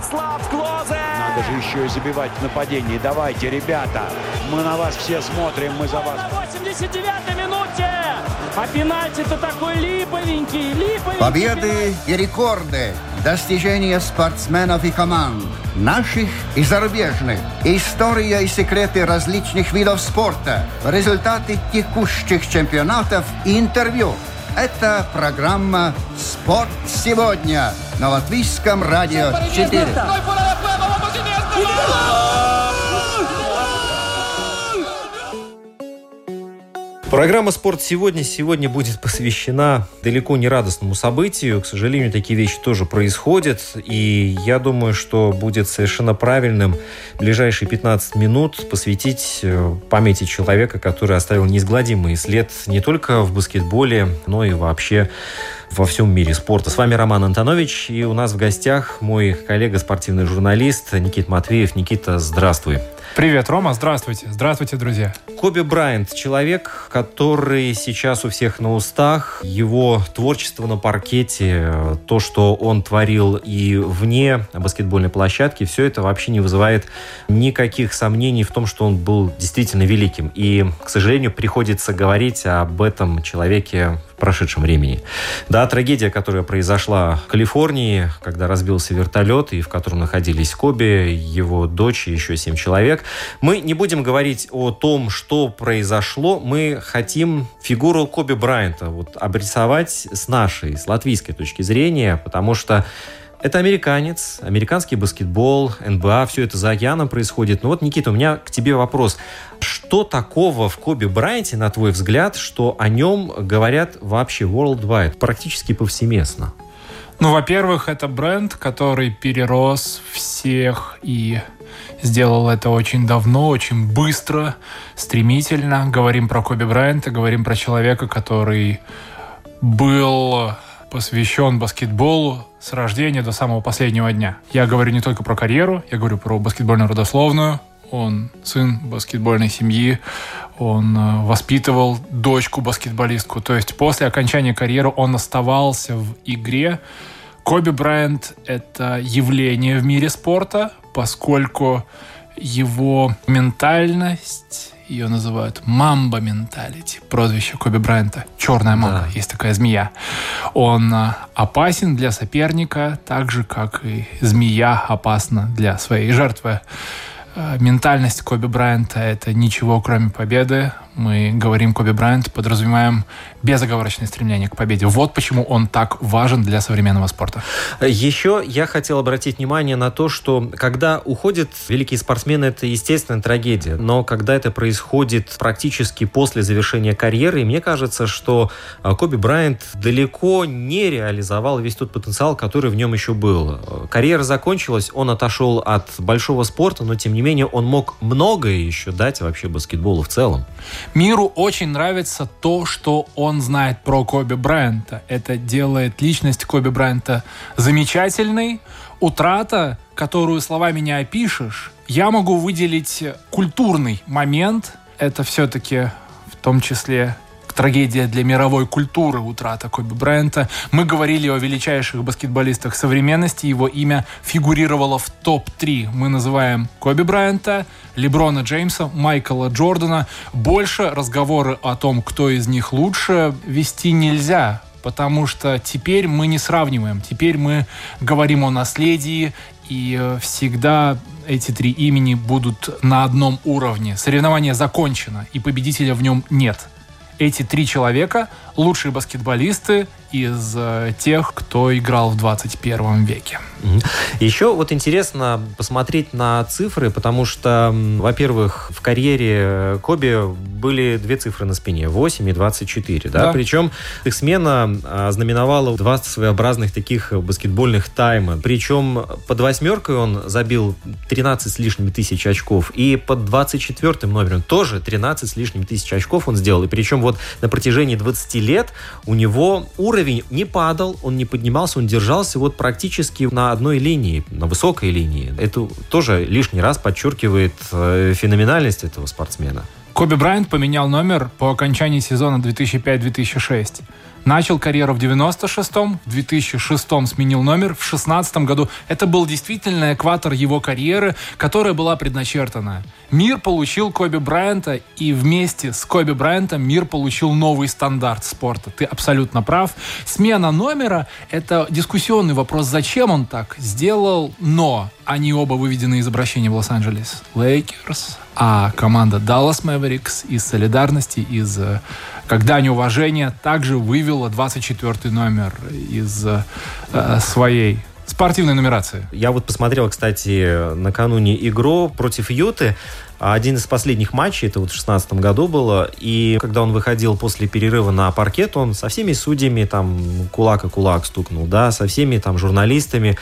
Ярослав Клозе! Надо же еще и забивать в нападении. Давайте, ребята, мы на вас все смотрим, мы за вас. На 89-й минуте! А пенальти-то такой липовенький. Победы и рекорды, достижения спортсменов и команд, наших и зарубежных, история и секреты различных видов спорта, результаты текущих чемпионатов и интервью. Это программа «Спорт сегодня» на Латвийском радио 4. Программа «Спорт сегодня» будет посвящена далеко не радостному событию. К сожалению, такие вещи тоже происходят. И я думаю, что будет совершенно правильным ближайшие 15 минут посвятить памяти человека, который оставил неизгладимый след не только в баскетболе, но и вообще во всем мире спорта. С вами Роман Антонович, и у нас в гостях мой коллега, спортивный журналист Никита Матвеев. Никита, здравствуй. Привет, Рома, здравствуйте. Здравствуйте, друзья. Коби Брайант – человек, который сейчас у всех на устах. Его творчество на паркете, то, что он творил и вне баскетбольной площадки, все это вообще не вызывает никаких сомнений в том, что он был действительно великим. И, к сожалению, приходится говорить об этом человеке в прошедшем времени. Да, трагедия, которая произошла в Калифорнии, когда разбился вертолет, и в котором находились Коби, его дочь и еще 7 человек. Мы не будем говорить о том, что произошло. Мы хотим фигуру Коби Брайанта обрисовать с нашей, с латвийской точки зрения, потому что это американец, американский баскетбол, НБА, все это за океаном происходит. Ну вот, Никита, у меня к тебе вопрос. Что такого в Коби Брайанте, на твой взгляд, что о нем говорят вообще worldwide, практически повсеместно? Ну, во-первых, это бренд, который перерос всех и сделал это очень давно, очень быстро, стремительно. Говорим про Коби Брайанта, говорим про человека, который был посвящен баскетболу с рождения до самого последнего дня. Я говорю не только про карьеру, я говорю про баскетбольную родословную. Он сын баскетбольной семьи, он воспитывал дочку-баскетболистку. То есть после окончания карьеры он оставался в игре. Коби Брайант — это явление в мире спорта, поскольку его ментальность, ее называют мамба-менталити, прозвище Коби Брайанта, черная мамба, есть такая змея. Он опасен для соперника, так же, как и змея опасна для своей жертвы. Ментальность Коби Брайанта — это ничего, кроме победы. Мы говорим Коби Брайант, подразумеваем безоговорочное стремление к победе. Вот почему он так важен для современного спорта. Еще я хотел обратить внимание на то, что когда уходят великие спортсмены, это естественная трагедия. Но когда это происходит практически после завершения карьеры, мне кажется, что Коби Брайант далеко не реализовал весь тот потенциал, который в нем еще был. Карьера закончилась, он отошел от большого спорта, но тем не менее он мог многое еще дать вообще баскетболу в целом. Миру очень нравится то, что он знает про Коби Брайанта. Это делает личность Коби Брайанта замечательной. Утрата, которую словами не опишешь, я могу выделить культурный момент. Это все-таки в том числе трагедия для мировой культуры, утрата Коби Брайанта. Мы говорили о величайших баскетболистах современности. Его имя фигурировало в топ-3. Мы называем Коби Брайанта, Леброна Джеймса, Майкла Джордана. Больше разговоры о том, кто из них лучше, вести нельзя, потому что теперь мы не сравниваем. Теперь мы говорим о наследии, и всегда эти три имени будут на одном уровне. Соревнование закончено, и победителя в нем нет. Эти три человека – лучшие баскетболисты из тех, кто играл в 21 веке. Еще интересно посмотреть на цифры, потому что, во-первых, в карьере Коби были две цифры на спине – 8 и 24. Да? Причем их смена знаменовала 2 своеобразных таких баскетбольных тайма. Причем под 8 он забил 13 с лишним тысяч очков, и под 24-м номером тоже 13 с лишним тысяч очков он сделал. И причем на протяжении 20 лет у него уровень не падал, он не поднимался, он держался практически на одной линии, на высокой линии. Это тоже лишний раз подчеркивает феноменальность этого спортсмена. Коби Брайант поменял номер по окончании сезона 2005-2006. Начал карьеру в 96-м, в 2006-м сменил номер, в 16-м году. Это был действительно экватор его карьеры, которая была предначертана. Мир получил Коби Брайанта, и вместе с Коби Брайантом мир получил новый стандарт спорта. Ты абсолютно прав. Смена номера – это дискуссионный вопрос, зачем он так сделал, но они оба выведены из обращения в Лос-Анджелес Лейкерс, а команда Dallas Mavericks из солидарности, из как дань уважения, также вывела 24-й номер из своей спортивной нумерации. Я вот посмотрел, кстати, накануне игру против Юты. Один из последних матчей, это вот в 2016 году было, и когда он выходил после перерыва на паркет, он со всеми судьями там кулак о кулак стукнул, да, со всеми там журналистами.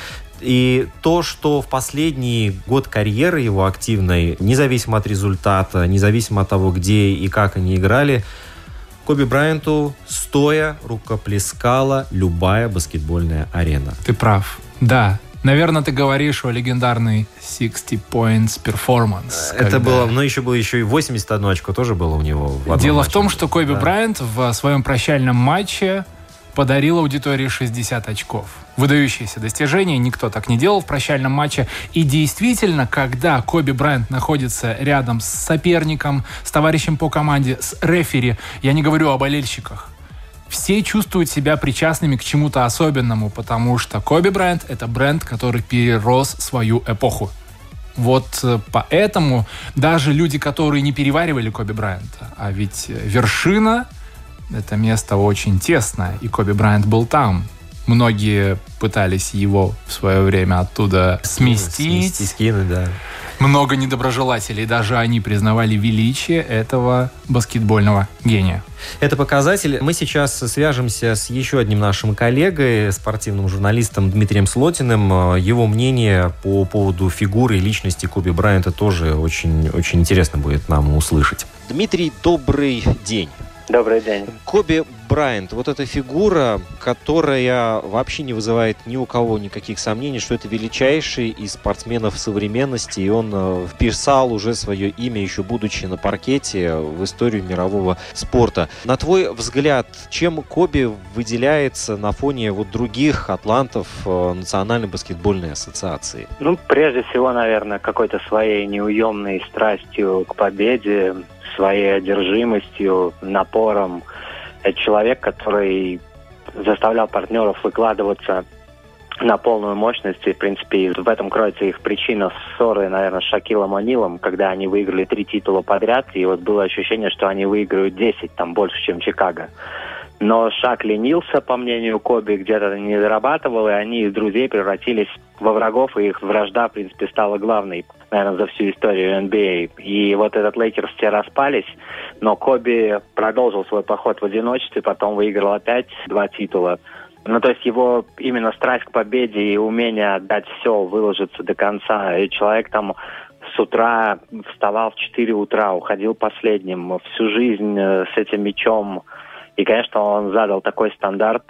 И то, что в последний год карьеры его активной, независимо от результата, независимо от того, где и как они играли, Коби Брайанту стоя рукоплескала любая баскетбольная арена. Ты прав. Да. Наверное, ты говоришь о легендарной 60 points performance. Это было, но еще было и 81 очко тоже было у него. Дело в том, что Коби Брайант в своем прощальном матче подарил аудитории 60 очков. Выдающееся достижение, никто так не делал в прощальном матче. И действительно, когда Коби Брайант находится рядом с соперником, с товарищем по команде, с рефери, я не говорю о болельщиках, все чувствуют себя причастными к чему-то особенному, потому что Коби Брайант — это бренд, который перерос свою эпоху. Вот поэтому даже люди, которые не переваривали Коби Брайанта, а ведь вершина — это место очень тесное, и Коби Брайант был там. Многие пытались его в свое время оттуда сместить. Скинуть, да. Много недоброжелателей, даже они признавали величие этого баскетбольного гения. Это показатель. Мы сейчас свяжемся с еще одним нашим коллегой, спортивным журналистом Дмитрием Слотиным. Его мнение по поводу фигуры и личности Коби Брайанта тоже очень, очень интересно будет нам услышать. Дмитрий, добрый день. Добрый день. Коби Брайант, вот эта фигура, которая вообще не вызывает ни у кого никаких сомнений, что это величайший из спортсменов современности, и он вписал уже свое имя, еще будучи на паркете, в историю мирового спорта. На твой взгляд, чем Коби выделяется на фоне вот других атлантов Национальной баскетбольной ассоциации? Прежде всего, наверное, какой-то своей неуемной страстью к победе, своей одержимостью, напором. Это человек, который заставлял партнеров выкладываться на полную мощность. И, в принципе, в этом кроется их причина ссоры, наверное, с Шакилом О'Нилом, когда они выиграли 3 титула подряд. И вот было ощущение, что они выиграют 10, там больше, чем Чикаго. Но Шак ленился, по мнению Коби, где-то не зарабатывал, и они из друзей превратились во врагов, и их вражда, в принципе, стала главной, наверное, за всю историю NBA. И вот этот Лейкерс все распались, но Коби продолжил свой поход в одиночестве, потом выиграл опять 2 титула. То есть его именно страсть к победе и умение отдать все, выложиться до конца. И человек там с утра вставал в 4 утра, уходил последним, всю жизнь с этим мячом. И, конечно, он задал такой стандарт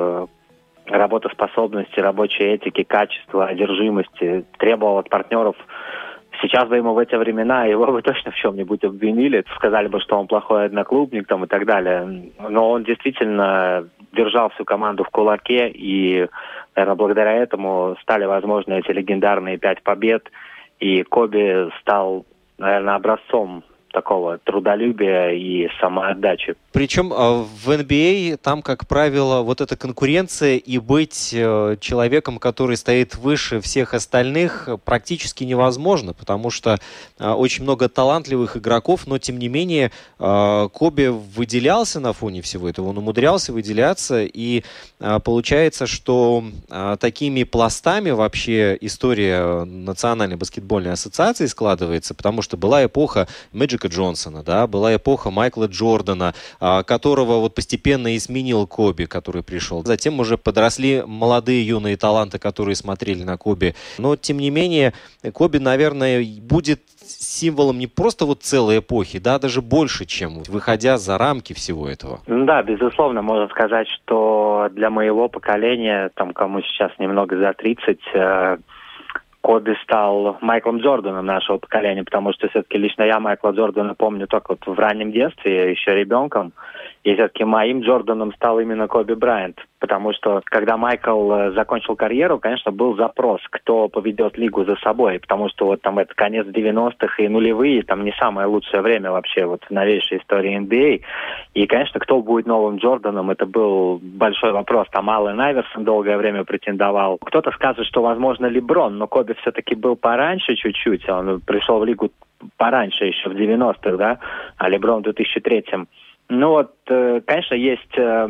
работоспособности, рабочей этики, качества, одержимости, требовал от партнеров. Сейчас бы ему в эти времена, его бы точно в чем-нибудь обвинили, сказали бы, что он плохой одноклубник там, и так далее. Но он действительно держал всю команду в кулаке, и, наверное, благодаря этому стали возможны эти легендарные 5 побед. И Коби стал, наверное, образцом такого трудолюбия и самоотдачи. Причем в NBA там, как правило, вот эта конкуренция и быть человеком, который стоит выше всех остальных, практически невозможно, потому что очень много талантливых игроков, но тем не менее Коби выделялся на фоне всего этого, он умудрялся выделяться, и получается, что такими пластами вообще история Национальной баскетбольной ассоциации складывается, потому что была эпоха Мэджика Джонсона, да, была эпоха Майкла Джордана, которого вот постепенно и сменил Коби, который пришел. Затем уже подросли молодые юные таланты, которые смотрели на Коби. Но, тем не менее, Коби, наверное, будет символом не просто вот целой эпохи, да, даже больше, чем выходя за рамки всего этого. Да, безусловно, можно сказать, что для моего поколения, там, кому сейчас немного за 30, Коби стал Майклом Джорданом нашего поколения, потому что все-таки лично я Майкла Джордана помню только вот в раннем детстве, еще ребенком. И все-таки моим Джорданом стал именно Коби Брайант. Потому что, когда Майкл закончил карьеру, конечно, был запрос, кто поведет лигу за собой. Потому что вот там это конец 90-х и нулевые, там не самое лучшее время вообще вот в новейшей истории NBA. И, конечно, кто будет новым Джорданом, это был большой вопрос. Там Аллен Айверсон долгое время претендовал. Кто-то скажет, что, возможно, Леброн, но Коби все-таки был пораньше чуть-чуть. Он пришел в лигу пораньше, еще в 90-х, да, а Леброн в 2003-м. Ну вот, конечно, есть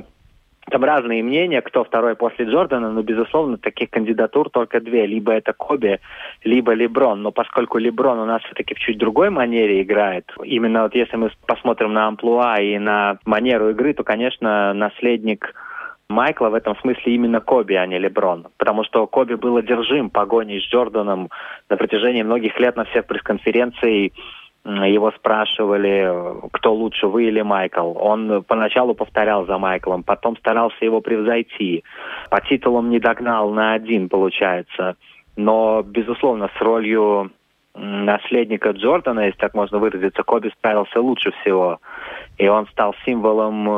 там разные мнения, кто второй после Джордана, но, безусловно, таких кандидатур только две. Либо это Коби, либо Леброн. Но поскольку Леброн у нас все-таки в чуть другой манере играет, именно вот если мы посмотрим на амплуа и на манеру игры, то, конечно, наследник Майкла в этом смысле именно Коби, а не Леброн. Потому что Коби был одержим погоней с Джорданом на протяжении многих лет на всех пресс-конференциях. Его спрашивали, кто лучше, вы или Майкл. Он поначалу повторял за Майклом, потом старался его превзойти. По титулам не догнал на один, получается. Но, безусловно, с ролью наследника Джордана, если так можно выразиться, Коби справился лучше всего. И он стал символом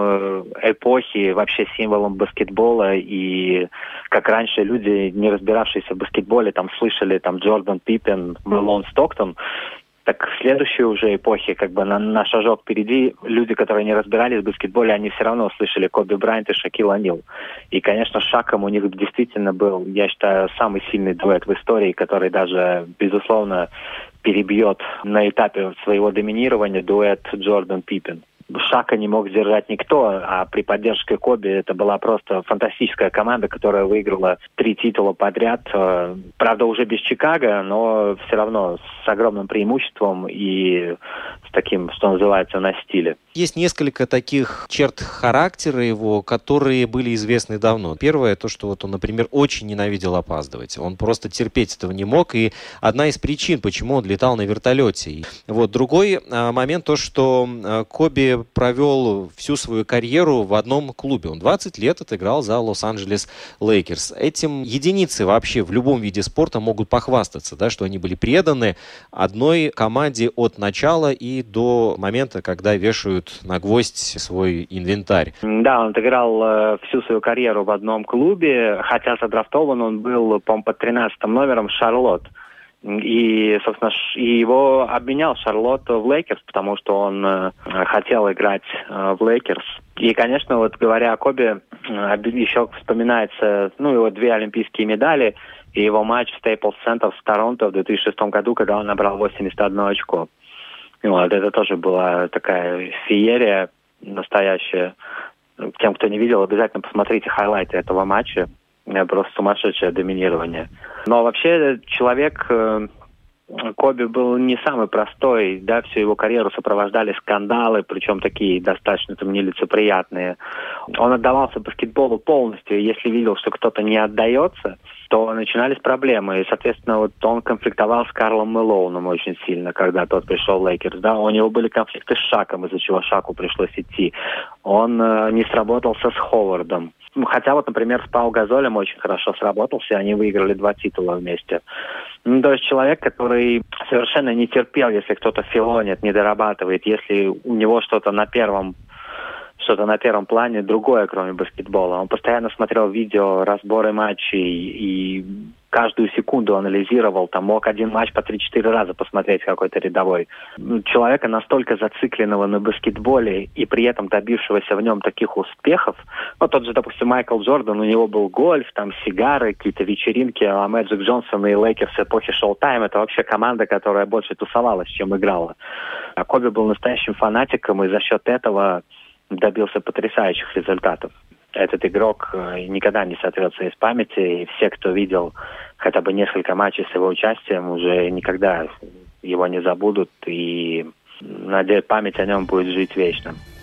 эпохи, вообще символом баскетбола. И как раньше люди, не разбиравшиеся в баскетболе, там слышали там Джордан, Пиппен, Мэлон, Стоктон, так в следующей уже эпохе, как бы на шажок впереди, люди, которые не разбирались в баскетболе, они все равно слышали Коби Брайант и Шакил О'Нил. И, конечно, с Шаком у них действительно был, я считаю, самый сильный дуэт в истории, который даже, безусловно, перебьет на этапе своего доминирования дуэт Джордан-Пиппен. Шака не мог сдержать никто, а при поддержке Коби это была просто фантастическая команда, которая выиграла 3 титула подряд. Правда, уже без Чикаго, но все равно с огромным преимуществом и с таким, что называется, на стиле. Есть несколько таких черт характера его, которые были известны давно. Первое, то, что вот он, например, очень ненавидел опаздывать. Он просто терпеть этого не мог. И одна из причин, почему он летал на вертолете. Вот. Другой момент, то, что Коби провел всю свою карьеру в одном клубе. Он 20 лет отыграл за Лос-Анджелес Лейкерс. Этим единицы вообще в любом виде спорта могут похвастаться, да, что они были преданы одной команде от начала и до момента, когда вешают на гвоздь свой инвентарь. Да, он отыграл всю свою карьеру в одном клубе, хотя задрафтован он был, по-моему, под 13 номером Шарлотт. И, собственно, его обменял Шарлотт в Лейкерс, потому что он хотел играть в Лейкерс. И, конечно, вот говоря о Коби, еще вспоминается, его 2 олимпийские медали и его матч в Staples Center в Торонто в 2006 году, когда он набрал 81 очко. И вот это тоже была такая феерия настоящая. Тем, кто не видел, обязательно посмотрите хайлайты этого матча. Просто сумасшедшее доминирование. Но вообще человек Коби был не самый простой, да, всю его карьеру сопровождали скандалы, причем такие достаточно там нелицеприятные. Он отдавался баскетболу полностью, и если видел, что кто-то не отдается, то начинались проблемы. И, соответственно, вот он конфликтовал с Карлом Мэлоуном очень сильно, когда тот пришел в Лейкерс. Да, у него были конфликты с Шаком, из-за чего Шаку пришлось идти. Он не сработался с Ховардом. Хотя вот, например, с Пау Газолем очень хорошо сработался, они выиграли 2 титула вместе. То есть человек, который совершенно не терпел, если кто-то филонит, не дорабатывает, если у него что-то на первом плане другое, кроме баскетбола. Он постоянно смотрел видео, разборы матчей и каждую секунду анализировал. Там мог один матч по 3-4 раза посмотреть какой-то рядовой. Человека настолько зацикленного на баскетболе и при этом добившегося в нем таких успехов. Тот же, допустим, Майкл Джордан, у него был гольф, там сигары, какие-то вечеринки, а Мэджик Джонсон и Лейкерс эпохи Шоу-Тайм — это вообще команда, которая больше тусовалась, чем играла. А Коби был настоящим фанатиком и за счет этого добился потрясающих результатов. Этот игрок никогда не сотрется из памяти, и все, кто видел хотя бы несколько матчей с его участием, уже никогда его не забудут, и, надеюсь, память о нем будет жить вечно.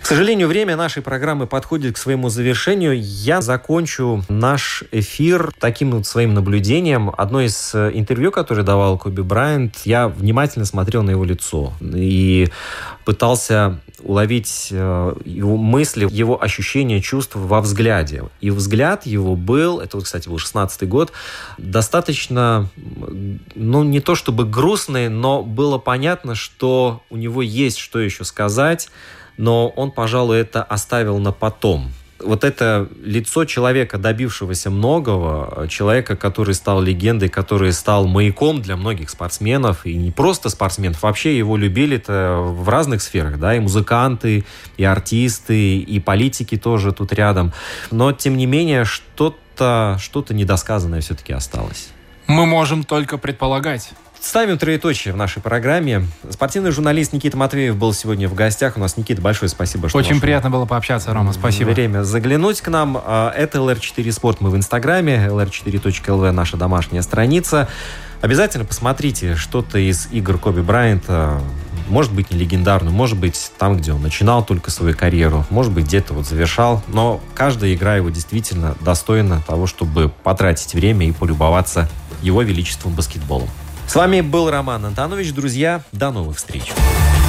К сожалению, время нашей программы подходит к своему завершению. Я закончу наш эфир таким вот своим наблюдением. Одно из интервью, которое давал Коби Брайант, я внимательно смотрел на его лицо и пытался уловить его мысли, его ощущения, чувства во взгляде. И взгляд его был, это, кстати, был 16-й год, достаточно, не то чтобы грустный, но было понятно, что у него есть что еще сказать, но он, пожалуй, это оставил на потом. Вот это лицо человека, добившегося многого, человека, который стал легендой, который стал маяком для многих спортсменов, и не просто спортсменов, вообще его любили-то в разных сферах, да, и музыканты, и артисты, и политики тоже тут рядом. Но, тем не менее, что-то недосказанное все-таки осталось. Мы можем только предполагать. Ставим троеточие в нашей программе. Спортивный журналист Никита Матвеев был сегодня в гостях. У нас, Никита, большое спасибо, что очень приятно было пообщаться, Рома, спасибо. Время заглянуть к нам. Это LR4 Спорт. Мы в Инстаграме. LR4.lv наша домашняя страница. Обязательно посмотрите что-то из игр Коби Брайанта. Может быть, не легендарную, может быть, там, где он начинал только свою карьеру, может быть, где-то вот завершал. Но каждая игра его действительно достойна того, чтобы потратить время и полюбоваться его величеством баскетболом. С вами был Роман Антонович. Друзья, до новых встреч.